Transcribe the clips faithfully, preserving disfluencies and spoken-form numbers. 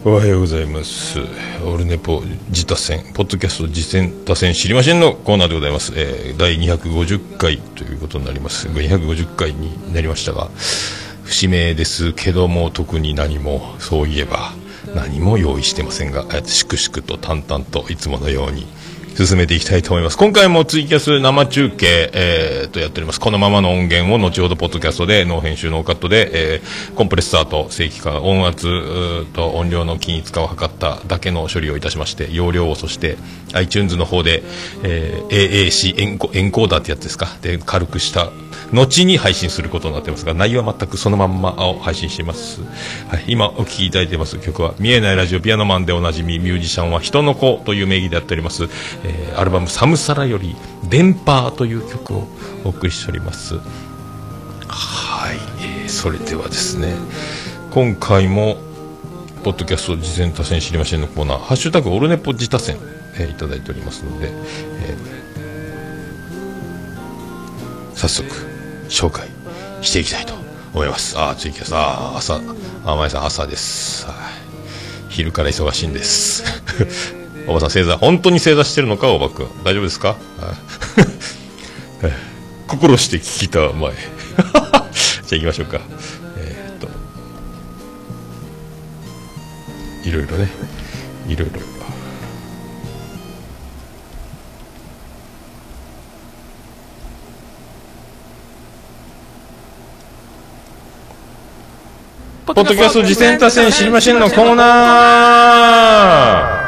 おはようございます。オルネポ自他戦ポッドキャスト自戦他戦知りませんのコーナーでございます。えー、だいにひゃくごじゅっかいということになります。にひゃくごじゅっかいになりましたが、節目ですけども特に何も、そういえば何も用意してませんが、粛々と淡々といつものように進めていきたいと思います。今回もツイキャス生中継、えー、とやっております。このままの音源を後ほどポッドキャストでノー編集ノーカットで、えー、コンプレッサーと正規化、音圧と音量の均一化を図っただけの処理をいたしまして、容量をそして iTunes の方で、えー、エーエーシー エンコ、エンコーダーってやつですかで軽くした後に配信することになっていますが、内容は全くそのまんまを配信しています。はい、今お聴きいただいています曲は見えないラジオピアノマンでおなじみミュージシャンは人の子という名義でやっております、えー、アルバムサムサラより電波という曲をお送りしております。はい、えー、それではですね、今回もポッドキャスト自戦他戦知りませんのコーナー、ハッシュタグオルネポ自他戦、えー、いただいておりますので、えー、早速紹介していきたいと思います。あーツイキャス、あー朝、あまやさん朝です。はい、昼から忙しいんですおばさん正座、本当に正座してるのかおばくん、大丈夫ですか心して聞きたまえじゃあ行きましょうか。えー、っといろいろね、いろいろポッドキャスト自戦他戦知りませんのコーナー。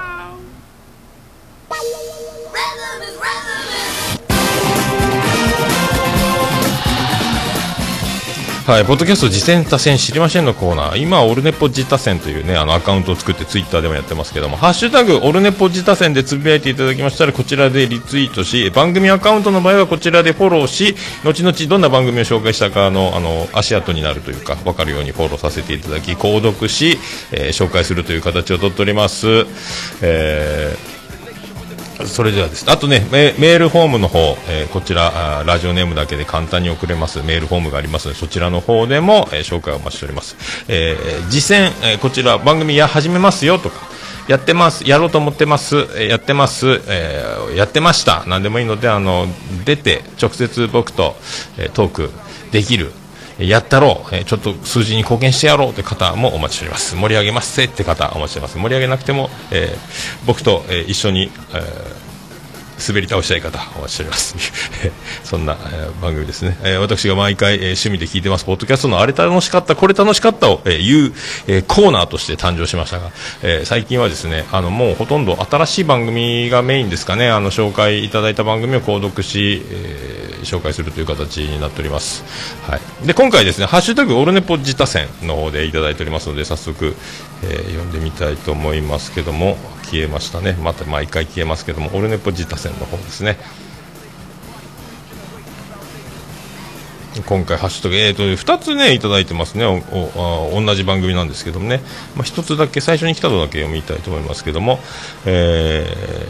はい、ポッドキャスト自戦他戦知りませんのコーナー、今オルネポ自他戦というね、あのアカウントを作ってツイッターでもやってますけども、ハッシュタグオルネポ自他戦でつぶやいていただきましたらこちらでリツイートし、番組アカウントの場合はこちらでフォローし、後々どんな番組を紹介したかのあの足跡になるというか分かるようにフォローさせていただき、購読し、えー、紹介するという形をとっております。えーそれではですね、あとね メ, メールフォームの方、えー、こちらラジオネームだけで簡単に送れますメールフォームがありますので、そちらの方でも、えー、紹介をお待ちしております。えー、実践、えー、こちら番組や始めますよとか、やってます、やろうと思ってます、えー、やってます、えー、やってました、なんでもいいので、あの出て直接僕と、えー、トークできる、やったろう、えー、ちょっと数字に貢献してやろうという方もお待ちしております。盛り上げますって方お待ちしてます。盛り上げなくても、えー、僕と、えー、一緒に、えー滑り倒したい方お待ちしておりますそんな、えー、番組ですね、えー、私が毎回、えー、趣味で聞いてますポッドキャストのあれ楽しかったこれ楽しかったを、えー、言う、えー、コーナーとして誕生しましたが、えー、最近はですね、あのもうほとんど新しい番組がメインですかね。あの紹介いただいた番組を購読し、えー、紹介するという形になっております。はい、で今回ですね、ハッシュタグオルネポ自他戦の方でいただいておりますので、早速、えー、読んでみたいと思いますけども、消えましたね。また毎回消えますけども、オルネポ自他戦の方ですね。今回ハッシュタグ、えーとふたつねいただいてますね。おお同じ番組なんですけどもね、まあ、ひとつだけ最初に来たのだけ読みたいと思いますけども、え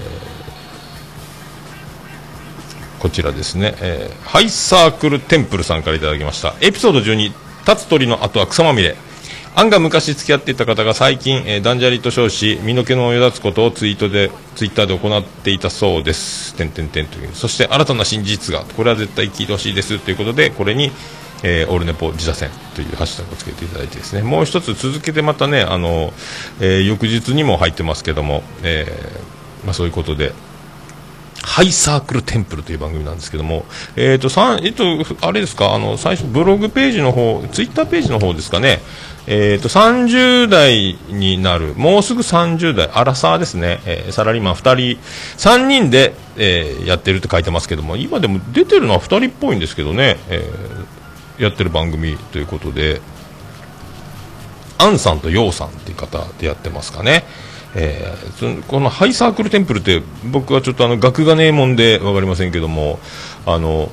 ー、こちらですね、えー、ハイサークルテンプルさんからいただきました。エピソードじゅうに、立つ鳥の後は草まみれ。案が昔付き合っていた方が最近、えー、断捨離と称し身の毛のよだつことをツイートでツイッターで行っていたそうです。てんてんてんという、そして新たな真実が、これは絶対聞いてほしいですということで、これに、えー、オルネポ自他戦というハッシュタグをつけていただいてですね、もう一つ続けてまたね、あの、えー、翌日にも入ってますけども、えーまあ、そういうことでハイサークルテンプルという番組なんですけども、えーとさんえっとあれですか、あの最初ブログページの方、ツイッターページの方ですかね。えーとさんじゅう代になる、もうすぐさんじゅう代、アラサーですね、えー、サラリーマンふたりさんにんで、えー、やってるって書いてますけども、今でも出てるのはふたりっぽいんですけどね、えー、やってる番組ということで、アンさんとヨウさんっていう方でやってますかね。えー、そのこのハイサークルテンプルって僕はちょっとあの学がねえもんで分かりませんけども、あの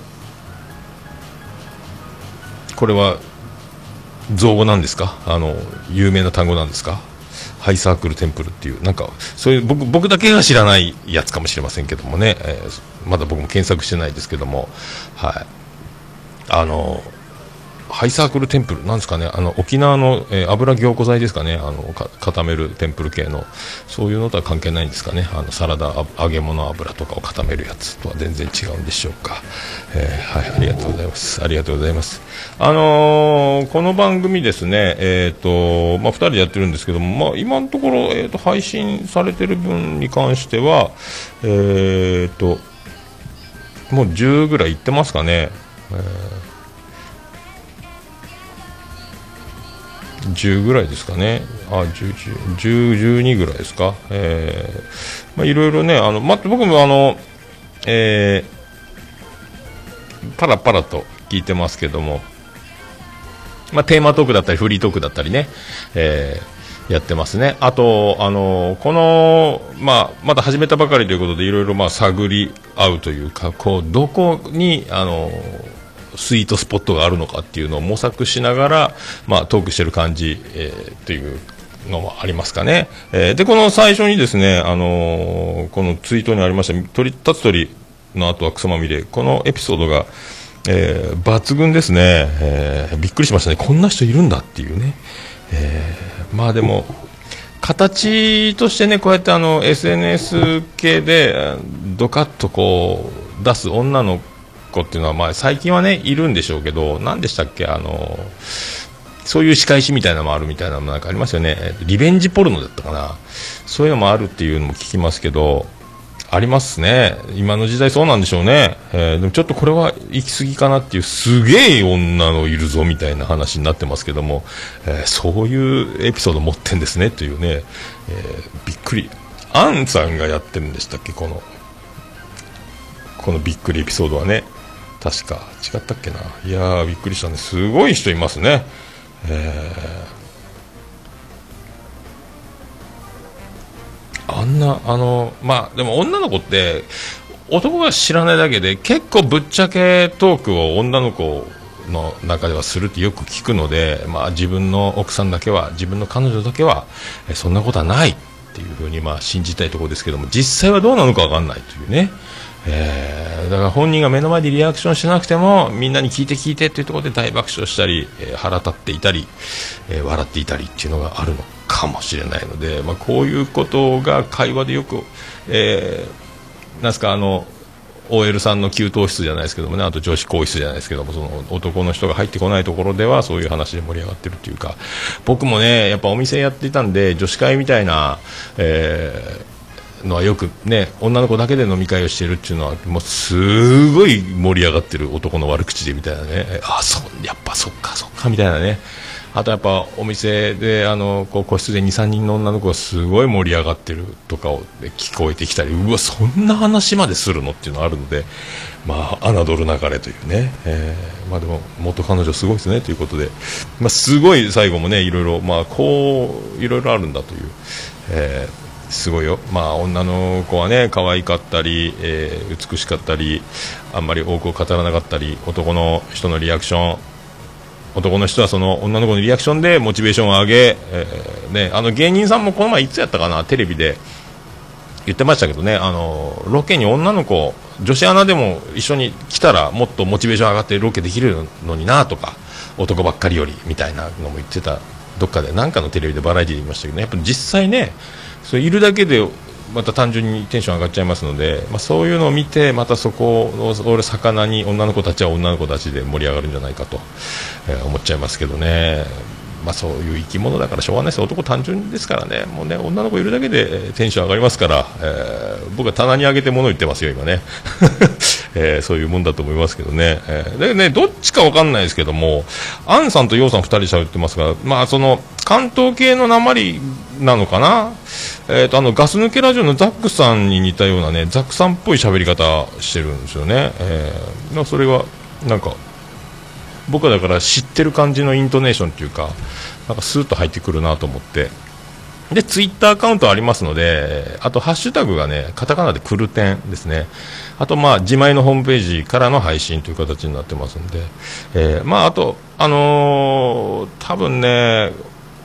これは造語なんですか、あの有名な単語なんですか、ハイサークルテンプルっていう、なんかそういう 僕, 僕だけが知らないやつかもしれませんけどもね、えー、まだ僕も検索してないですけども、はい、あのハイサークルテンプルなんですかね、あの沖縄の、えー、油凝固剤ですかね、あのか固めるテンプル系の、そういうのとは関係ないんですかね。あのサラダ揚げ物油とかを固めるやつとは全然違うんでしょうか。えー、はい、ありがとうございます。ありがとうございます。あのー、この番組ですね、えっ、ー、とまあふたりでやってるんですけども、まあ今のところ、えー、と配信されてる分に関しては、えっ、ー、ともうじゅうぐらいいってますかね。えーじゅうぐらいですかね。あ、じゅう、じゅう、じゅうにぐらいですか。えー、まあいろいろね、あの、ま、僕もあの、えー、パラパラと聞いてますけども、まあテーマトークだったりフリートークだったりね、えー、やってますね。あと、あの、この、まあ、まだ始めたばかりということでいろいろまあ探り合うというか、こう、どこに、あの、スイートスポットがあるのかっていうのを模索しながら、まあ、トークしてる感じ、えー、っていうのもありますかね。えー、でこの最初にですね、あのー、このツイートにありました鳥立つ鳥の後は草まみれ、このエピソードが、えー、抜群ですね。えー、びっくりしましたね。こんな人いるんだっていうね。えー、まあでも形としてね、こうやってあの エスエヌエス 系でドカッとこう出す女の子っていうのは、まあ最近はねいるんでしょうけど、何でしたっけ、あのそういう仕返しみたいなのもあるみたいなのもなんかありますよね。リベンジポルノだったかな、そういうのもあるっていうのも聞きますけど、ありますね。今の時代そうなんでしょうね。えー、でもちょっとこれは行き過ぎかなっていう、すげえ女のいるぞみたいな話になってますけども、えー、そういうエピソード持ってんですねというね、えー、びっくり。アンさんがやってるんでしたっけ、このこのびっくりエピソードはね。確か違ったっけな。いやーびっくりしたね。すごい人いますね。えー、あんなあのまあでも女の子って男が知らないだけで結構ぶっちゃけトークを女の子の中ではするってよく聞くので、まあ、自分の奥さんだけは、自分の彼女だけはえそんなことはないっていうふうにまあ信じたいところですけども、実際はどうなのか分かんないというね。えー、だから本人が目の前でリアクションしなくてもみんなに聞いて聞いてというところで大爆笑したり、えー、腹立っていたり、えー、笑っていたりっていうのがあるのかもしれないので、まあ、こういうことが会話でよく、えー、なんすかあの オーエル さんの給湯室じゃないですけどもね、あと女子更衣室じゃないですけども、その男の人が入ってこないところではそういう話で盛り上がってるっていうか、僕もねやっぱお店やっていたんで女子会みたいな、えーのはよくね、女の子だけで飲み会をしてるっていうのはもうすごい盛り上がってる男の悪口でみたいなね、あそうやっぱそっかそっかみたいなね。あとやっぱお店であのこう個室で にさんにんの女の子がすごい盛り上がってるとかを聞こえてきたり、うわそんな話までするのっていうのがあるので、まあ侮るなかれというね、えー、まあでも元彼女すごいですねということで、まあすごい最後もねいろいろまあこういろいろあるんだという、えーすごいよ。まあ女の子はね可愛かったり、えー、美しかったり、あんまり多くを語らなかったり、男の人のリアクション、男の人はその女の子のリアクションでモチベーションを上げ、えーね、あの芸人さんもこの前いつやったかな、テレビで言ってましたけどね、あのロケに女の子女子アナでも一緒に来たらもっとモチベーション上がってロケできるのになとか、男ばっかりよりみたいなのも言ってた、どっかでなんかのテレビでバラエティで言いましたけど、ね、やっぱ実際ねそれいるだけでまた単純にテンション上がっちゃいますので、まあ、そういうのを見てまたそこを俺魚に女の子たちは女の子たちで盛り上がるんじゃないかと、えー、思っちゃいますけどね。まあ、そういう生き物だからしょうがないです。男単純ですからね、もうね女の子いるだけでテンション上がりますから、えー、僕は棚に上げて物言ってますよ今ね、えー、そういうもんだと思いますけどね、えー、でねどっちかわかんないですけども、アンさんとヨウさんふたりで喋ってますが、まあその関東系の訛りなのかな、えー、とあのガス抜けラジオのザックさんに似たようなねザックさんっぽい喋り方してるんですよね、えー、それはなんか僕はだから知ってる感じのイントネーションっていうか、なんかスーッと入ってくるなと思って、でツイッターアカウントありますので、あとハッシュタグがねカタカナでクルテンですね、あとまあ自前のホームページからの配信という形になってますんで、えー、まああとあのー、多分ね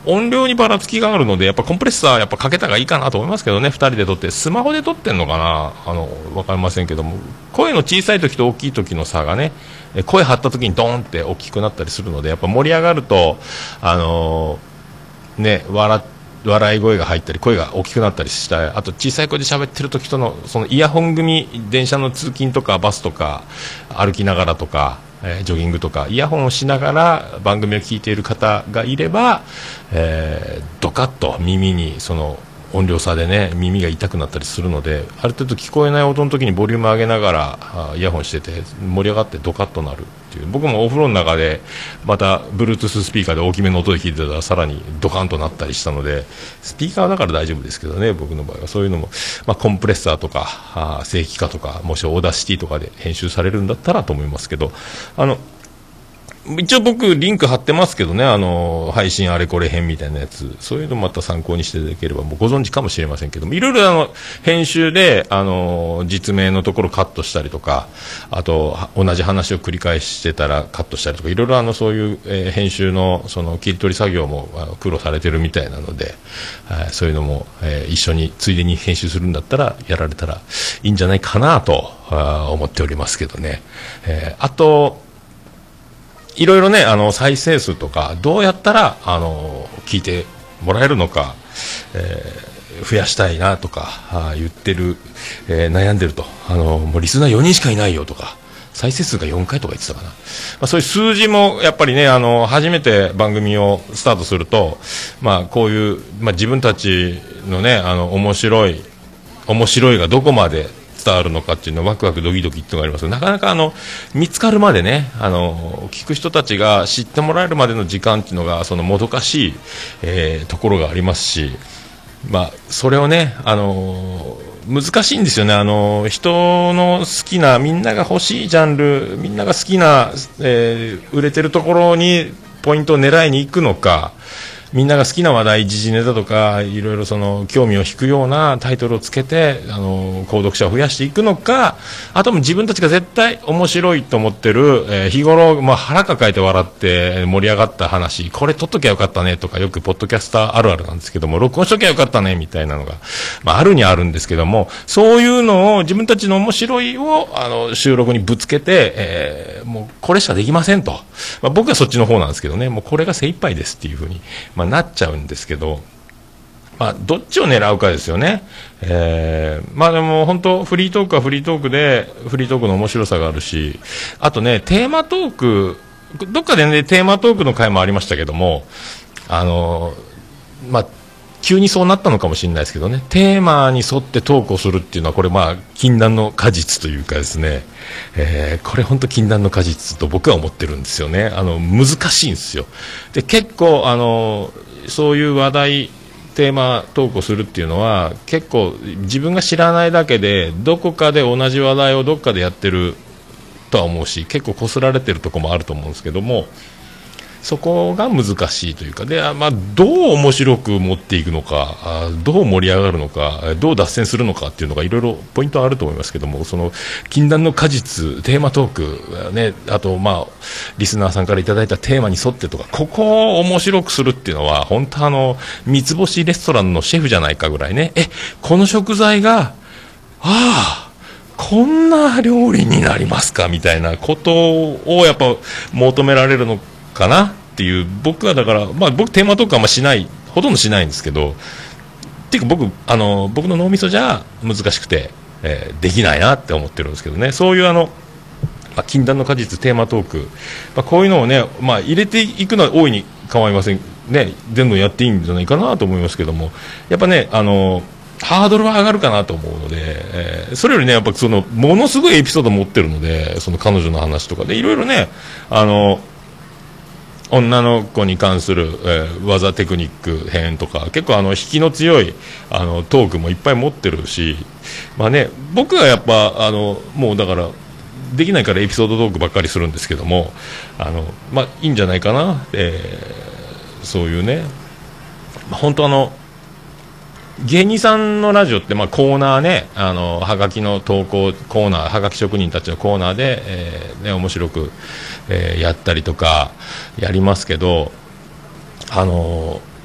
音量にばらつきがあるので、やっぱコンプレッサーやっぱかけた方がいいかなと思いますけどね。ふたりで撮って、スマホで撮ってんのかな、あの分かりませんけども、声の小さい時と大きい時の差がね、声張った時にドーンって大きくなったりするので、やっぱ盛り上がると、あのー、ね、笑笑い声が入ったり声が大きくなったりして、あと小さい声で喋ってる時とのそのイヤホン組、電車の通勤とかバスとか歩きながらとか、えー、ジョギングとかイヤホンをしながら番組を聞いている方がいれば、えー、ドカッと耳にその音量差でね耳が痛くなったりするので、ある程度聞こえない音の時にボリューム上げながらイヤホンしてて盛り上がってドカッとなるっていう。僕もお風呂の中でまた Bluetooth スピーカーで大きめの音で聞いてたらさらにドカンとなったりしたので、スピーカーだから大丈夫ですけどね、僕の場合はそういうのも、まあ、コンプレッサーとかあ正規化とか、もしオーダーシティとかで編集されるんだったらと思いますけど、あの一応僕リンク貼ってますけどね、あの配信あれこれ編みたいなやつ、そういうのまた参考にしていただければ、もうご存知かもしれませんけども、いろいろあの編集であの実名のところカットしたりとか、あと同じ話を繰り返してたらカットしたりとか、いろいろあのそういう、えー、編集のその切り取り作業も苦労されてるみたいなので、えー、そういうのも、えー、一緒についでに編集するんだったらやられたらいいんじゃないかなとあ思っておりますけどね。えー、あといろいろね、あの再生数とかどうやったらあの聞いてもらえるのか、えー、増やしたいなとかあ言ってる、えー、悩んでると、あのもうリスナーよにんしかいないよとか、再生数がよんかいとか言ってたかな、まあ、そういう数字もやっぱりね、あの初めて番組をスタートすると、まあ、こういう、まあ、自分たちのね、あの面白い面白いがどこまで伝わるのかっていうのはワクワクドキドキっていうのがあります。なかなかあの見つかるまでね、あの聞く人たちが知ってもらえるまでの時間っていうのがそのもどかしい、えー、ところがありますし、まあ、それをね、あの難しいんですよね。あの人の好きな、みんなが欲しいジャンル、みんなが好きな、えー、売れてるところにポイントを狙いに行くのか、みんなが好きな話題、時事ネタとかいろいろその興味を引くようなタイトルをつけて、あの購読者を増やしていくのか、あとも自分たちが絶対面白いと思ってる、えー、日頃、まあ、腹抱えて笑って盛り上がった話、これ撮っときゃよかったねとか、よくポッドキャスターあるあるなんですけども、録音しときゃよかったねみたいなのが、まあ、あるにあるんですけども、そういうのを自分たちの面白いをあの収録にぶつけて、えー、もうこれしかできませんと、まあ、僕はそっちの方なんですけどね、もうこれが精一杯ですっていうふうに、まあ、なっちゃうんですけど、まあ、どっちを狙うかですよね。えー、まあでも本当フリートークはフリートークでフリートークの面白さがあるし、あとね、テーマトーク、どっかでねテーマトークの回もありましたけども、あのまあ急にそうなったのかもしれないですけどね、テーマに沿ってトークをするっていうのは、これまあ禁断の果実というかですね、えー、これ本当禁断の果実と僕は思ってるんですよね。あの難しいんですよ。で結構あのそういう話題、テーマトークをするっていうのは結構自分が知らないだけでどこかで同じ話題をどっかでやってるとは思うし、結構こすられてるところもあると思うんですけども、そこが難しいというかで、まあ、どう面白く持っていくのか、どう盛り上がるのか、どう脱線するのかっていうのがいろいろポイントはあると思いますけども、その禁断の果実、テーマトーク、ね、あと、まあ、リスナーさんからいただいたテーマに沿ってとか、ここを面白くするっていうのは本当あの三つ星レストランのシェフじゃないかぐらいね、えこの食材がああこんな料理になりますかみたいなことをやっぱ求められるのかなっていう。僕はだから、まあ、僕テーマトークはあんましない、ほとんどしないんですけど、っていうか僕あの僕の脳みそじゃ難しくて、えー、できないなって思ってるんですけどね。そういうあの、まあ、禁断の果実テーマトーク、まあ、こういうのをね、まあ、入れていくのは大いに構いませんね。全部やっていいんじゃないかなと思いますけども、やっぱね、あのハードルは上がるかなと思うので、えー、それよりね、やっぱそのものすごいエピソード持ってるので、その彼女の話とかでいろいろね、あの女の子に関する、えー、技テクニック編とか、結構あの引きの強いあのトークもいっぱい持ってるし、まあね、僕はやっぱあのもうだからできないからエピソードトークばっかりするんですけども、あのまあいいんじゃないかな、えー、そういうね、まあ、本当あの芸人さんのラジオって、まあ、コーナーね、あのはがきの投稿コーナー、はがき職人たちのコーナーで、えーね、面白く、えー、やったりとかやりますけど、あの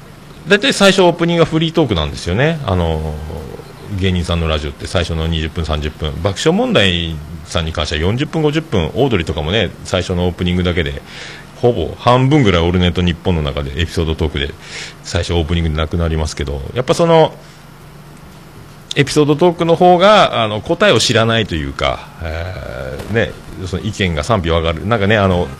だいたい最初オープニングがフリートークなんですよね。あの芸人さんのラジオって最初のにじゅっぷんさんじゅっぷん、爆笑問題さんに関してはよんじゅっぷんごじゅっぷん、オードリーとかもね最初のオープニングだけでほぼ半分ぐらいオルネト日本の中でエピソードトークで最初オープニングでなくなりますけど、やっぱそのエピソードトークの方があの答えを知らないというか、えーね、その意見が賛否分かる、なんかね、あの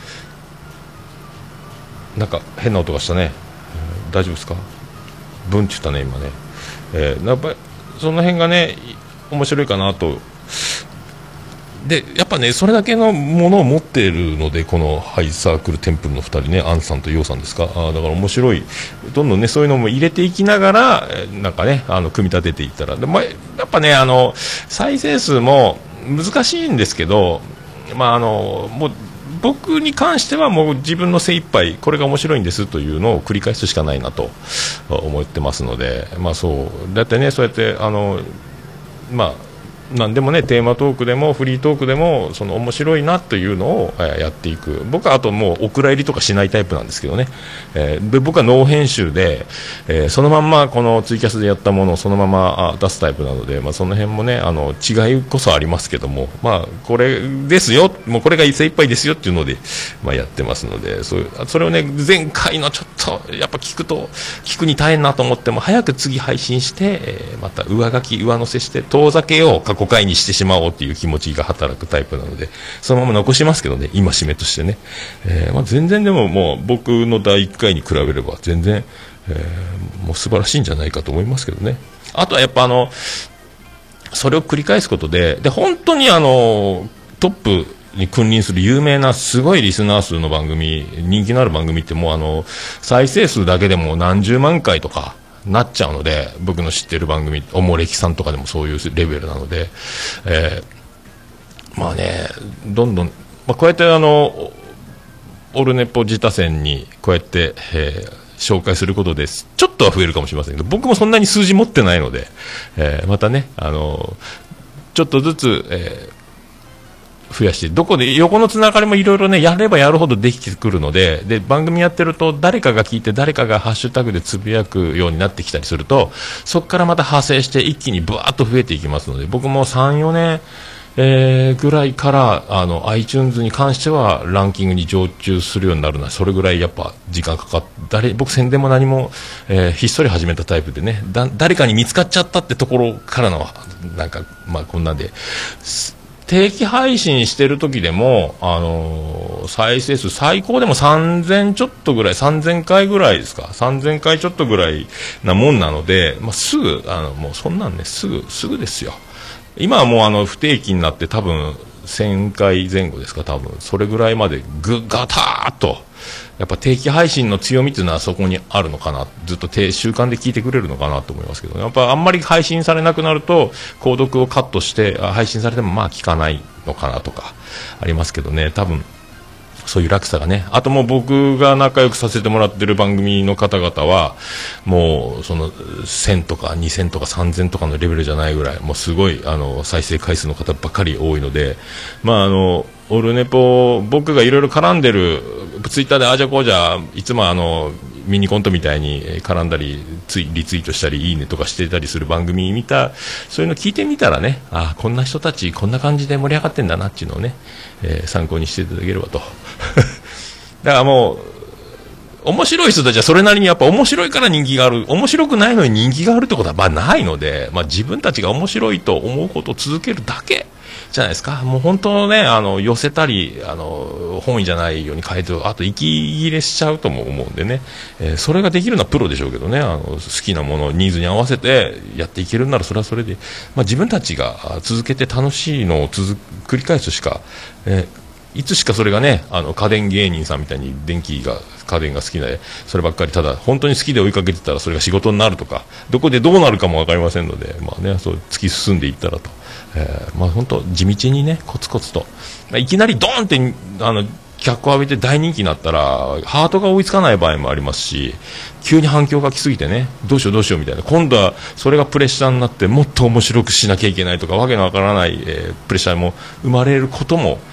なんか変な音がしたね、えー、大丈夫ですか、ブンって言ったね今ね、えー、やっぱりその辺がね面白いかなと。でやっぱねそれだけのものを持っているので、このハイサークルテンプルのふたりね、アンさんとヨウさんですか、あだから面白い、どんどんねそういうのも入れていきながらなんかねあの組み立てていったら、で、まあ、やっぱねあの再生数も難しいんですけど、まああのもう僕に関してはもう自分の精一杯これが面白いんですというのを繰り返すしかないなと思ってますので、まあそうだってね、そうやってあのまあなんでもねテーマトークでもフリートークでもその面白いなというのを、えー、やっていく。僕はあともうお蔵入りとかしないタイプなんですけどね、えー、で僕はノー編集で、えー、そのまんまこのツイキャスでやったものをそのまま出すタイプなので、まあ、その辺もねあの違いこそありますけども、まあこれですよ、もうこれが精一杯ですよっていうので、まあ、やってますので、そういうそれをね前回のちょっとやっぱ聞くと聞くに大変なと思っても早く次配信して、えー、また上書き上乗せして遠ざけよう過去回にしてしまおうっていう気持ちが働くタイプなので、そのまま残しますけどね、今締めとしてね、えーまあ、全然でももう僕のだいいっかいに比べれば全然、えー、もう素晴らしいんじゃないかと思いますけどね。あとはやっぱあのそれを繰り返すことで、で本当にあのトップに君臨する有名なすごいリスナー数の番組、人気のある番組ってもうあの再生数だけでも何十万回とかなっちゃうので、僕の知ってる番組おもれきさんとかでもそういうレベルなので、えー、まあねどんどん、まあ、こうやってあのオルネポ自他戦にこうやって、えー、紹介することでちょっとは増えるかもしれませんけど、僕もそんなに数字持ってないので、えー、またねあのちょっとずつ、えー増やして、どこで横のつながりもいろいろねやればやるほどできてくるので、で番組やってると誰かが聞いて誰かがハッシュタグでつぶやくようになってきたりすると、そこからまた派生して一気にブワーッと増えていきますので、僕もさん、よねん、えー、ぐらいからあの iTunes に関してはランキングに常駐するようになるのはそれぐらいやっぱ時間かかって、誰僕宣伝も何も、えー、ひっそり始めたタイプでね、だ誰かに見つかっちゃったってところからのなんかまあこんなんで定期配信してる時でも、あのー、再生数最高でもさんぜんちょっとぐらい、さんぜんかいぐらいですか、さんぜんかいちょっとぐらいなもんなので、まあ、すぐあのもうそんなんねすぐすぐですよ。今はもうあの不定期になって多分せんかいぜん後ですか、多分それぐらいまでぐガターッとやっぱ定期配信の強みっていうのはそこにあるのかな、ずっと習慣で聞いてくれるのかなと思いますけど、ね、やっぱあんまり配信されなくなると購読をカットして配信されてもまあ聞かないのかなとかありますけどね、多分そういう落差がね。あともう僕が仲良くさせてもらってる番組の方々はもうそのせんとかにせんとかさんぜんとかのレベルじゃないぐらいもうすごいあの再生回数の方ばっかり多いので、まああのオルネポ僕がいろいろ絡んでるツイッターであじゃこうじゃいつもあのミニコントみたいに絡んだりツイリツイートしたりいいねとかしてたりする番組見た、そういうの聞いてみたらね、あこんな人たちこんな感じで盛り上がってんだなっていうのをね、えー、参考にしていただければとだからもう面白い人たちはそれなりにやっぱ面白いから人気がある、面白くないのに人気があるってことはまあないので、まあ、自分たちが面白いと思うことを続けるだけじゃないですか。もう本当ねあの寄せたりあの本意じゃないように変えて、あと息切れしちゃうとも思うんでね、えー、それができるのはプロでしょうけどね、あの好きなものニーズに合わせてやっていけるならそれはそれで、まあ、自分たちが続けて楽しいのを続繰り返すしか、えー、いつしかそれがねあの家電芸人さんみたいに電気が家電が好きでそればっかりただ本当に好きで追いかけてたらそれが仕事になるとかどこでどうなるかも分かりませんので、まあね、そう突き進んでいったらと。えーまあ、本当地道にねコツコツと、まあ、いきなりドーンってあの脚光浴びて大人気になったらハートが追いつかない場合もありますし、急に反響が来すぎてねどうしようどうしようみたいな、今度はそれがプレッシャーになってもっと面白くしなきゃいけないとかわけのわからない、えー、プレッシャーも生まれることも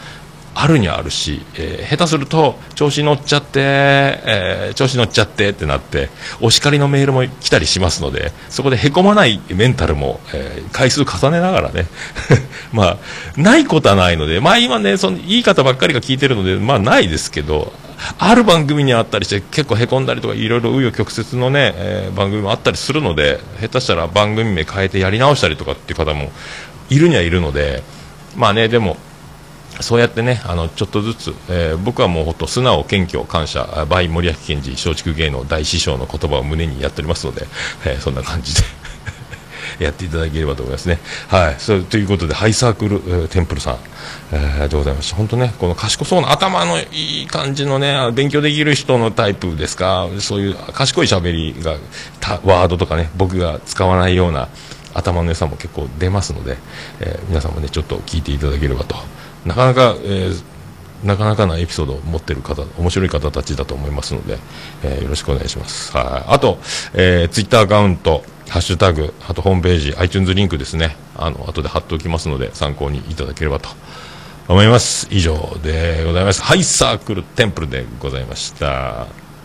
あるにはあるし、えー、下手すると調子乗っちゃって、えー、調子乗っちゃってってなってお叱りのメールも来たりしますので、そこでへこまないメンタルも、えー、回数重ねながらねまあないことはないので、まあ今ねそのいい方ばっかりが聞いてるのでまあないですけど、ある番組にあったりして結構へこんだりとかいろいろ紆余曲折のね、えー、番組もあったりするので、下手したら番組名変えてやり直したりとかっていう方もいるにはいるので、まあね、でもそうやってね、あのちょっとずつ、えー、僕はもうほんと素直、謙虚、感謝、バイ森脇健児松竹芸能大師匠の言葉を胸にやっておりますので、えー、そんな感じでやっていただければと思いますね。はい、それということでハイサークル、えー、テンプルさん、えー、でございました。本当ね、この賢そうな頭のいい感じのね、勉強できる人のタイプですか、そういう賢い喋りがワードとかね、僕が使わないような頭の良さも結構出ますので、えー、皆さんもねちょっと聞いていただければと。なかなか、えー、なかなかなエピソードを持っている方、面白い方たちだと思いますので、えー、よろしくお願いします。はい。あと、えー、ツイッターアカウント、ハッシュタグ、あとホームページ、iTunes リンクですね、あの後で貼っておきますので参考にいただければと思います。以上でございます。ハイサークルテンプルでございました。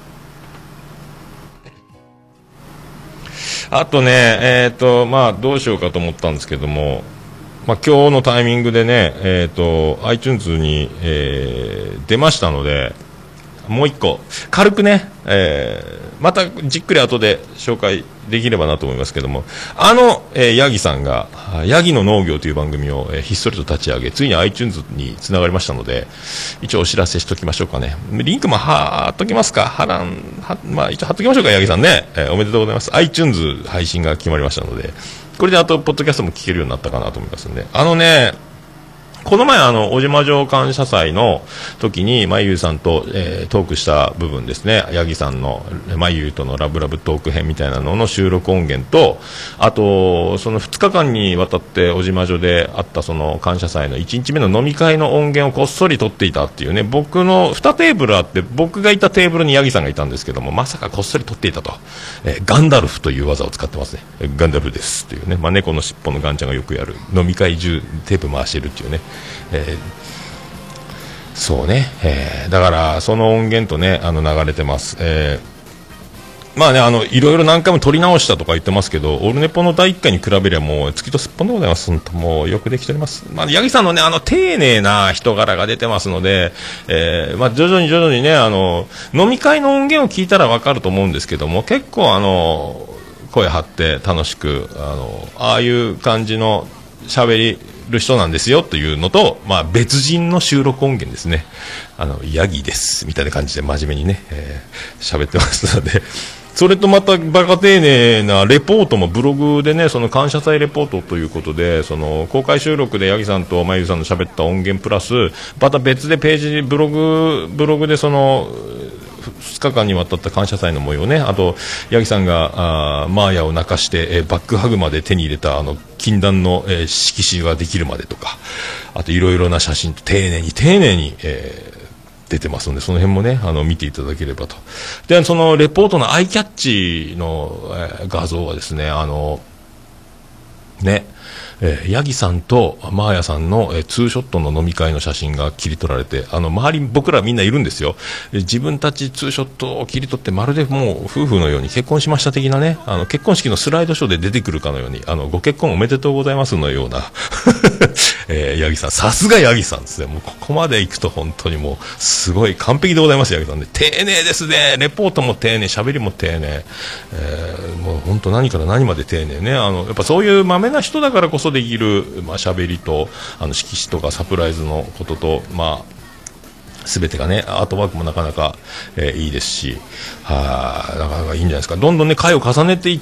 あとね、えっとまあどうしようかと思ったんですけども、まあ、今日のタイミングでね、えーと、iTunes に、えー、出ましたので、もう一個、軽くね、えー、またじっくり後で紹介できればなと思いますけども、あの、えー、ヤギさんが、ヤギの農業という番組を、えー、ひっそりと立ち上げ、ついに iTunes につながりましたので、一応お知らせしときましょうかね。リンクも貼っときますか、貼らん、はまあ、一応貼っときましょうか、ヤギさんね。えー、おめでとうございます。iTunes 配信が決まりましたので、これであとポッドキャストも聞けるようになったかなと思いますんで、あのね、この前あの小島城感謝祭の時にまゆゆさんと、えー、トークした部分ですね、ヤギさんのまゆゆとのラブラブトーク編みたいなのの収録音源と、あとそのふつかかんにわたって小島城であったその感謝祭のいちにちめの飲み会の音源をこっそり撮っていたっていうね、僕のにテーブルあって、僕がいたテーブルにヤギさんがいたんですけども、まさかこっそり撮っていたと、えー、ガンダルフという技を使ってますね。ガンダルフですっていうね、まあ、猫の尻尾のガンちゃんがよくやる飲み会中テープ回してるっていうね、えー、そうね、えー、だからその音源とねあの流れてます、えー、まあね、あのいろいろ何回も撮り直したとか言ってますけど、オルネポのだいいっかいに比べればもう月とすっぽんでございます。本当もうよくできております。まあ、八木さんのねあの丁寧な人柄が出てますので、えー、まあ徐々に徐々にね、あの飲み会の音源を聞いたらわかると思うんですけども、結構あの声張って楽しく、あのああいう感じの喋りる人なんですよというのと、まあ、別人の収録音源ですね、あのヤギですみたいな感じで真面目にね喋、えー、ってますので、それとまたバカ丁寧なレポートもブログでね、その感謝祭レポートということで、その公開収録でヤギさんとまゆさんの喋った音源プラス、また別でページブログブログでそのふつかかんにわたった感謝祭の模様ね、あと八木さんがあーマーヤを泣かして、えー、バックハグまで手に入れたあの禁断の、えー、色紙ができるまでとか、あといろいろな写真と丁寧に丁寧に、えー、出てますので、その辺もねあの見ていただければと。でそのレポートのアイキャッチの、えー、画像はですね、あのねえー、ヤギさんとマーヤさんの、えー、ツーショットの飲み会の写真が切り取られて、あの周りに僕らみんないるんですよ。えー、自分たちツーショットを切り取って、まるでもう夫婦のように結婚しました的なね、あの結婚式のスライドショーで出てくるかのように、あのご結婚おめでとうございますのような、えー、ヤギさん、さすがヤギさんですね。もうここまで行くと本当にもうすごい完璧でございます。ヤギさんで丁寧ですね。レポートも丁寧、喋りも丁寧、えー、もう本当何から何まで丁寧ね。あのやっぱそういうまめな人だからこそできる、まあ、喋りとあの色紙とかサプライズのことと、まあ全てがね、アートワークもなかなか、えー、いいですし、はあ、なかなかいいんじゃないですか。どんどんね回を重ねていって、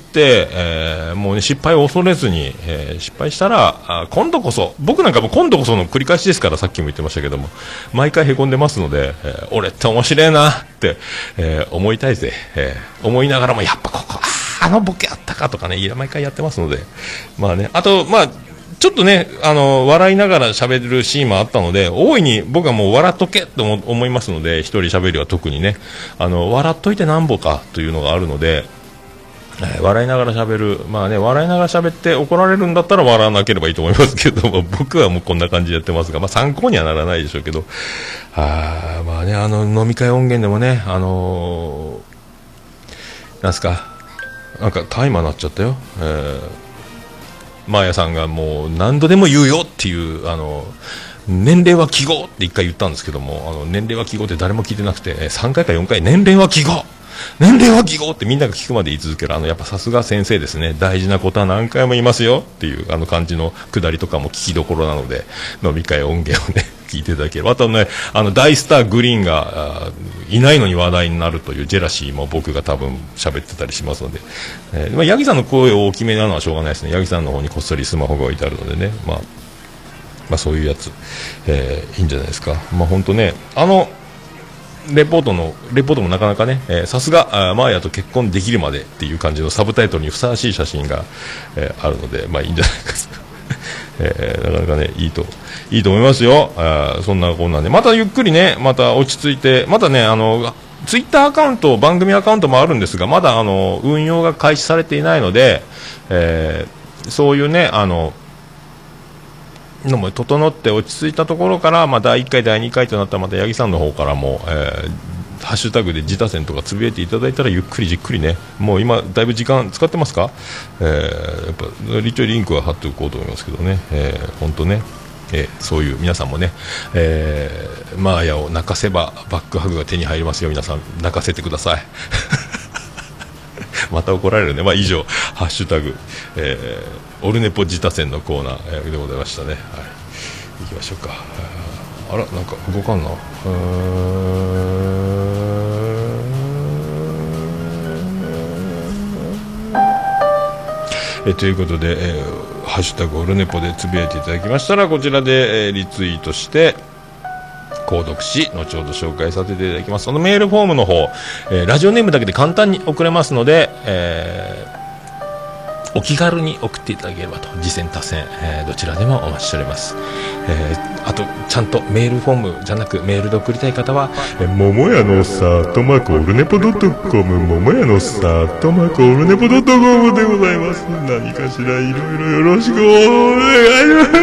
えー、もうね失敗を恐れずに、えー、失敗したらあ今度こそ、僕なんかも今度こその繰り返しですから、さっきも言ってましたけども、毎回へこんでますので、えー、俺って面白いなって、えー、思いたいぜ、えー、思いながらもやっぱここあのボケあったかとかね、いや毎回やってますので、まあね、あとまあちょっとね、あの笑いながら喋るシーンもあったので、大いに僕はもう笑っとけと思いますので、一人喋りは特にね、あの笑っといてなんぼかというのがあるので、 えー、笑いながら喋る、まあね、笑いながら喋って怒られるんだったら笑わなければいいと思いますけども、僕はもうこんな感じでやってますが、まあ参考にはならないでしょうけど、あまあね、あの飲み会音源でもね、あのー、なんすか、なんかタイマーなっちゃったよ。えー、マーヤさんがもう何度でも言うよっていう、あの年齢は記号って一回言ったんですけども、あの年齢は記号って誰も聞いてなくて、さんかいかよんかい年齢は記号年齢は記号ってみんなが聞くまで言い続ける、あのやっぱさすが先生ですね。大事なことは何回も言いますよっていうあの感じの下りとかも聞きどころなので、飲み会音源をね聞いていただければ。あとね、あの大スターグリーンがいないのに話題になるというジェラシーも僕が多分喋ってたりしますので、えーまあ、ヤギさんの声を大きめなのはしょうがないですね。ヤギさんの方にこっそりスマホが置いてあるのでね、まあ、まあそういうやつ、えー、いいんじゃないですか。まあ本当ね、あのレポートのレポートもなかなかね、さすがマーヤと結婚できるまでっていう感じのサブタイトルにふさわしい写真が、えー、あるので、まあいいんじゃないかと、えー、なかなかねいいといいと思いますよ。あそんなこんなんでまたゆっくりね、また落ち着いて、またね、あのツイッターアカウント、番組アカウントもあるんですが、まだあの運用が開始されていないので、えー、そういうね、あののも整って落ち着いたところから、まあ、だいいっかいだいにかいとなったらまた八木さんの方からも、えー、ハッシュタグで自他戦とかつぶやいていただいたらゆっくりじっくりね、もう今だいぶ時間使ってますか、えー、やっぱ一応リンクは貼っておこうと思いますけどね、えー、本当ね、えー、そういう皆さんもね、えー、マーヤを泣かせばバックハグが手に入りますよ。皆さん泣かせてくださいまた怒られるね。まあ以上ハッシュタグ、えー、オルネポ自他戦のコーナーでございましたね。はい、行きましょうか。あら、なんか動かんな。えということで、えー、ハッシュタグオルネポでつぶやいていただきましたら、こちらで、えー、リツイートして購読し、後ほど紹介させていただきます。そのメールフォームの方、えー、ラジオネームだけで簡単に送れますので、えー、お気軽に送っていただければと、次戦他戦、えー、どちらでもお待ちしております。えー、あとちゃんとメールフォームじゃなくメールで送りたい方は、えー、桃屋のさーとまくオルネポドットコム、桃屋のさーとまくオルネポドットコムでございます。何かしらいろいろよろしくお願いします。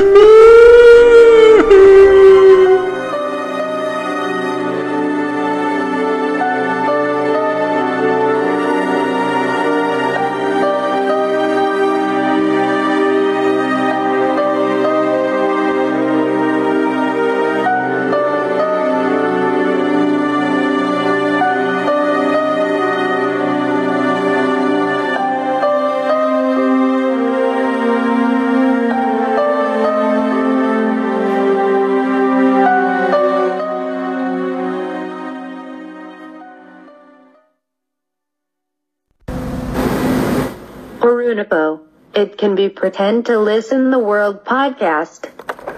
It can be pretend to listen the world podcast.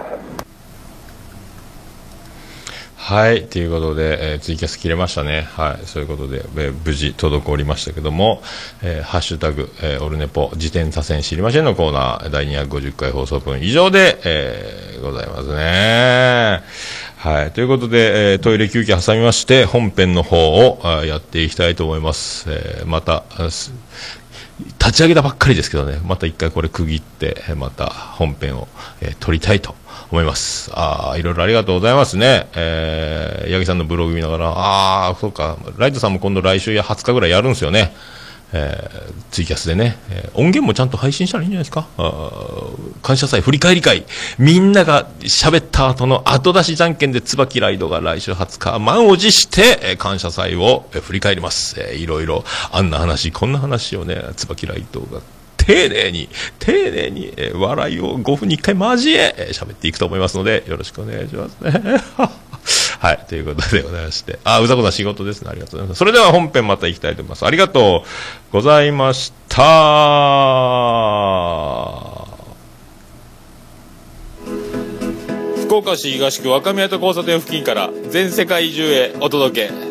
はい、ということで、えー、ツイキャス切れましたね。はい、そういうことで、えー、無事滞りましたけども、えー、ハッシュタグ、えー、オルネポ自転左遷知りませんのコーナーだいにひゃくごじゅっかい放送分以上で、えー、ございますね。はい、ということで、えー、トイレ休憩挟みまして本編の方をやっていきたいと思います。えー、また立ち上げたばっかりですけどね、また一回これ区切ってまた本編を、えー、撮りたいと思います。ああ、いろいろありがとうございますね。えー、八木さんのブログ見ながら、ああ、そうか、ライトさんも今度来週やはつかぐらいやるんですよね。えー、ツイキャスでね、えー、音源もちゃんと配信したらいいんじゃないですか。あ感謝祭振り返り会、みんなが喋った後の後出しじゃんけんで椿ライドが来週はつか満を持して、えー、感謝祭を、えー、振り返ります。えー、いろいろあんな話こんな話をね、椿ライドが丁寧に丁寧に、えー、笑いをごふんにいっかい交ええー、喋っていくと思いますのでよろしくお願いしますね。はい、ということでございまして、あ、うざこな仕事ですね。ありがとうございます。それでは本編また行きたいと思います。ありがとうございました。福岡市東区若宮と交差点付近から全世界中へお届け、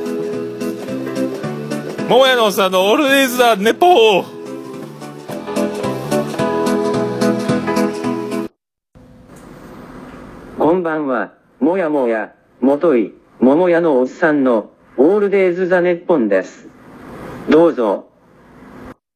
桃屋のおっさんのオールデイズ・ザ・ネポー。 こんばんは、もやもやもとい桃屋のおっさんのオールデイズ・ザ・ネッポンです。どうぞ